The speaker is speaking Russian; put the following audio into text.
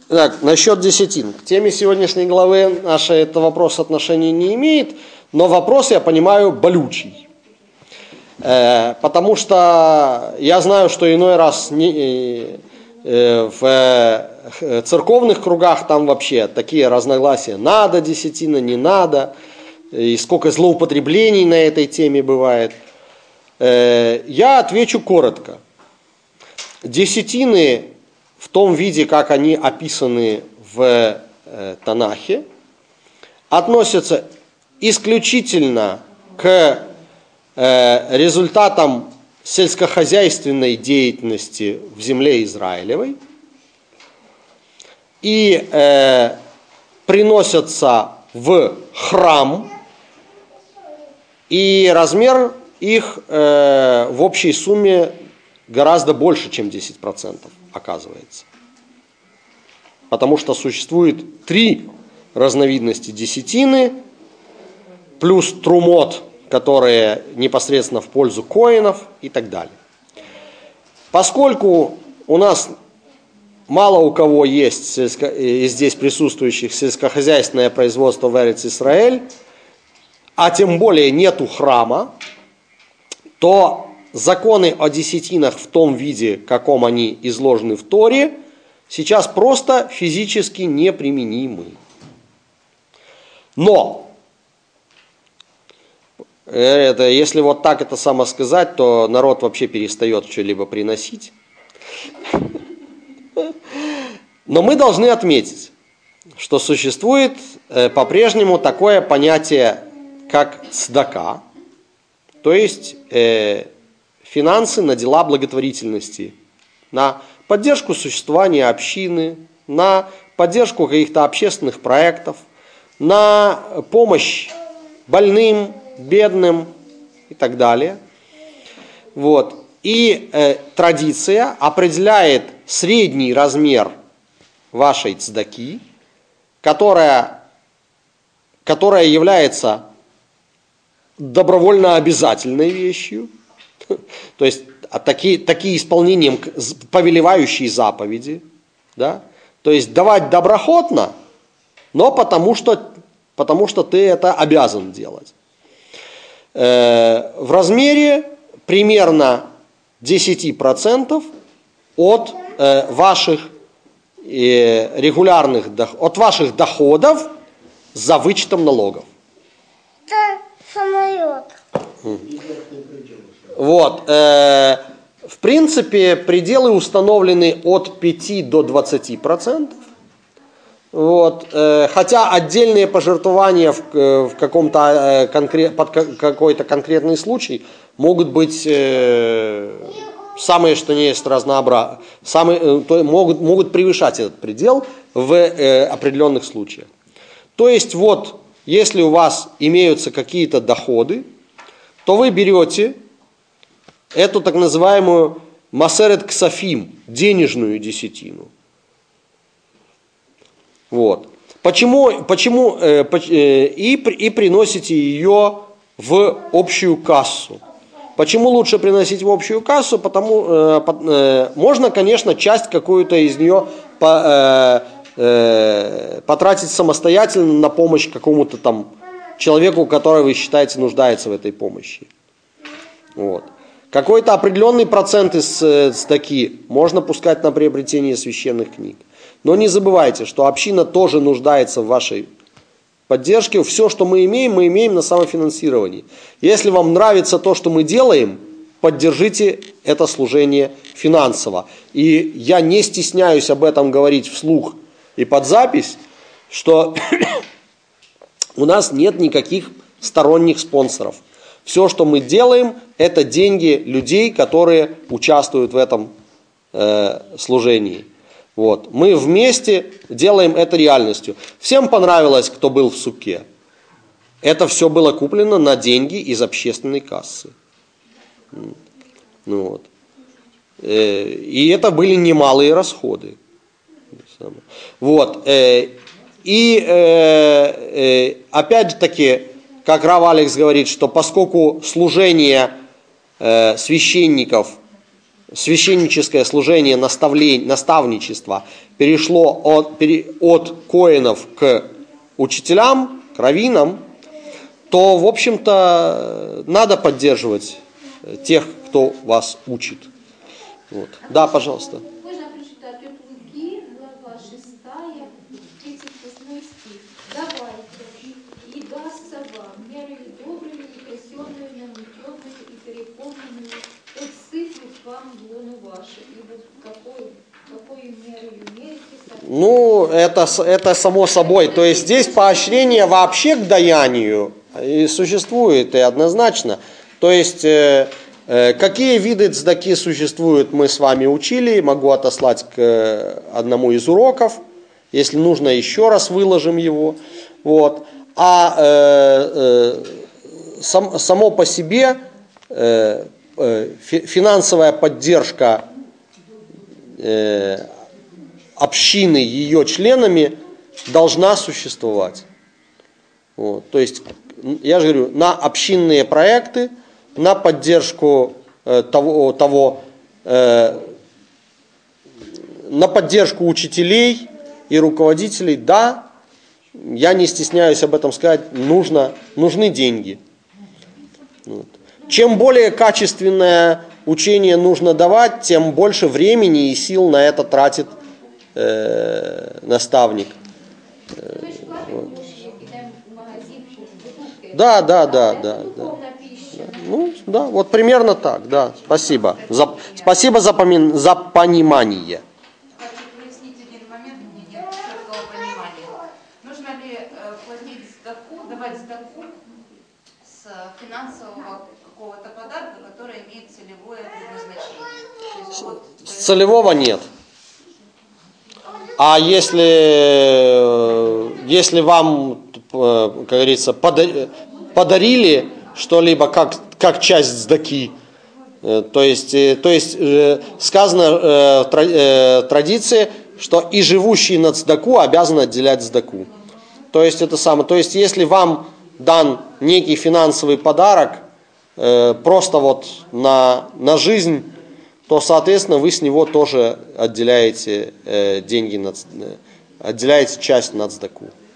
Так, насчет десятин. К теме сегодняшней главы наша это вопрос отношения не имеет, но вопрос, я понимаю, болючий. Потому что я знаю, что иной раз в церковных кругах там вообще такие разногласия. Надо десятина, не надо. И сколько злоупотреблений на этой теме бывает. Я отвечу коротко. Десятины в том виде, как они описаны в Танахе, относятся исключительно к результатам сельскохозяйственной деятельности в земле Израилевой и приносятся в храм, и размер их в общей сумме гораздо больше, чем 10% оказывается. Потому что существует 3 разновидности десятины, плюс трумот, которые непосредственно в пользу коинов и так далее. Поскольку у нас мало у кого есть из здесь присутствующих сельскохозяйственное производство в Эрец-Исраэль, а тем более нету храма, то законы о десятинах в том виде, каком они изложены в Торе, сейчас просто физически неприменимы. Но если вот так это само сказать, то народ вообще перестает что-либо приносить. Но мы должны отметить, что существует по-прежнему такое понятие, как цдака, то есть финансы на дела благотворительности, на поддержку существования общины, на поддержку каких-то общественных проектов, на помощь больным, бедным и так далее. Вот. И традиция определяет средний размер вашей цдаки, которая является добровольно обязательной вещью, то есть такие исполнением повелевающие заповеди, да? То есть давать доброхотно, но потому что ты это обязан делать. В размере примерно 10% от ваших от ваших доходов за вычетом налогов. Самолет. Вот. В принципе, пределы установлены от 5 до 20%. Вот. Хотя отдельные пожертвования в каком-то под какой-то конкретный случай могут быть самые, что ни есть, разнообразные, могут превышать этот предел в определенных случаях. То есть вот, если у вас имеются какие-то доходы, то вы берете эту так называемую масерет ксафим, денежную десятину. Вот. Почему и приносите ее в общую кассу. Почему лучше приносить в общую кассу? Можно, конечно, часть какую-то из нее потратить самостоятельно на помощь какому-то там человеку, который вы считаете нуждается в этой помощи. Вот. Какой-то определенный процент из цдаки можно пускать на приобретение священных книг. Но не забывайте, что община тоже нуждается в вашей поддержке. Все, что мы имеем на самофинансировании. Если вам нравится то, что мы делаем, поддержите это служение финансово. И я не стесняюсь об этом говорить вслух и под запись, что у нас нет никаких сторонних спонсоров. Все, что мы делаем, это деньги людей, которые участвуют в этом служении. Вот. Мы вместе делаем это реальностью. Всем понравилось, кто был в суке. Это все было куплено на деньги из общественной кассы. Ну, вот. И это были немалые расходы. Вот. И опять же таки, как Рав Алекс говорит, что поскольку служение священников священническое служение, наставничество перешло от коэнов к учителям, к раввинам, то, в общем-то, надо поддерживать тех, кто вас учит. Вот. Да, пожалуйста. Можно прочитать от Луки, глава 6, 38 стих. Давайте, и дастся вам мерою добрыми, и пресенными, наметенными, и переполненными, от сыплют вам в лоно ваше, ибо какой мерою мерите, Ну, это само собой. То есть здесь поощрение вообще к даянию и существует, и однозначно. То есть, какие виды цдаки существуют, мы с вами учили. Могу отослать к одному из уроков. Если нужно, еще раз выложим его. Вот. А само по себе финансовая поддержка общины ее членами должна существовать. Вот. То есть, я же говорю, на общинные проекты, на поддержку на поддержку учителей и руководителей, да, я не стесняюсь об этом сказать, нужны деньги. Вот. Чем более качественное учение нужно давать, тем больше времени и сил на это тратит наставник. Вот. Да. Ну, да, вот примерно так, да. Спасибо. Спасибо за понимание. Хочу прояснить один момент, мне нет четкого понимания. Нужно ли платить сдаку, давать сдаку с финансового какого-то подарка, который имеет целевое предназначение? С целевого нет. А если вам, как говорится, подарили что-либо как часть сдаки, то есть сказано в традиции, что и живущий на цдаку обязан отделять цдаку. То есть это самое. То есть если вам дан некий финансовый подарок просто вот на жизнь, то, соответственно, вы с него тоже отделяете деньги, отделяете часть на цдаку.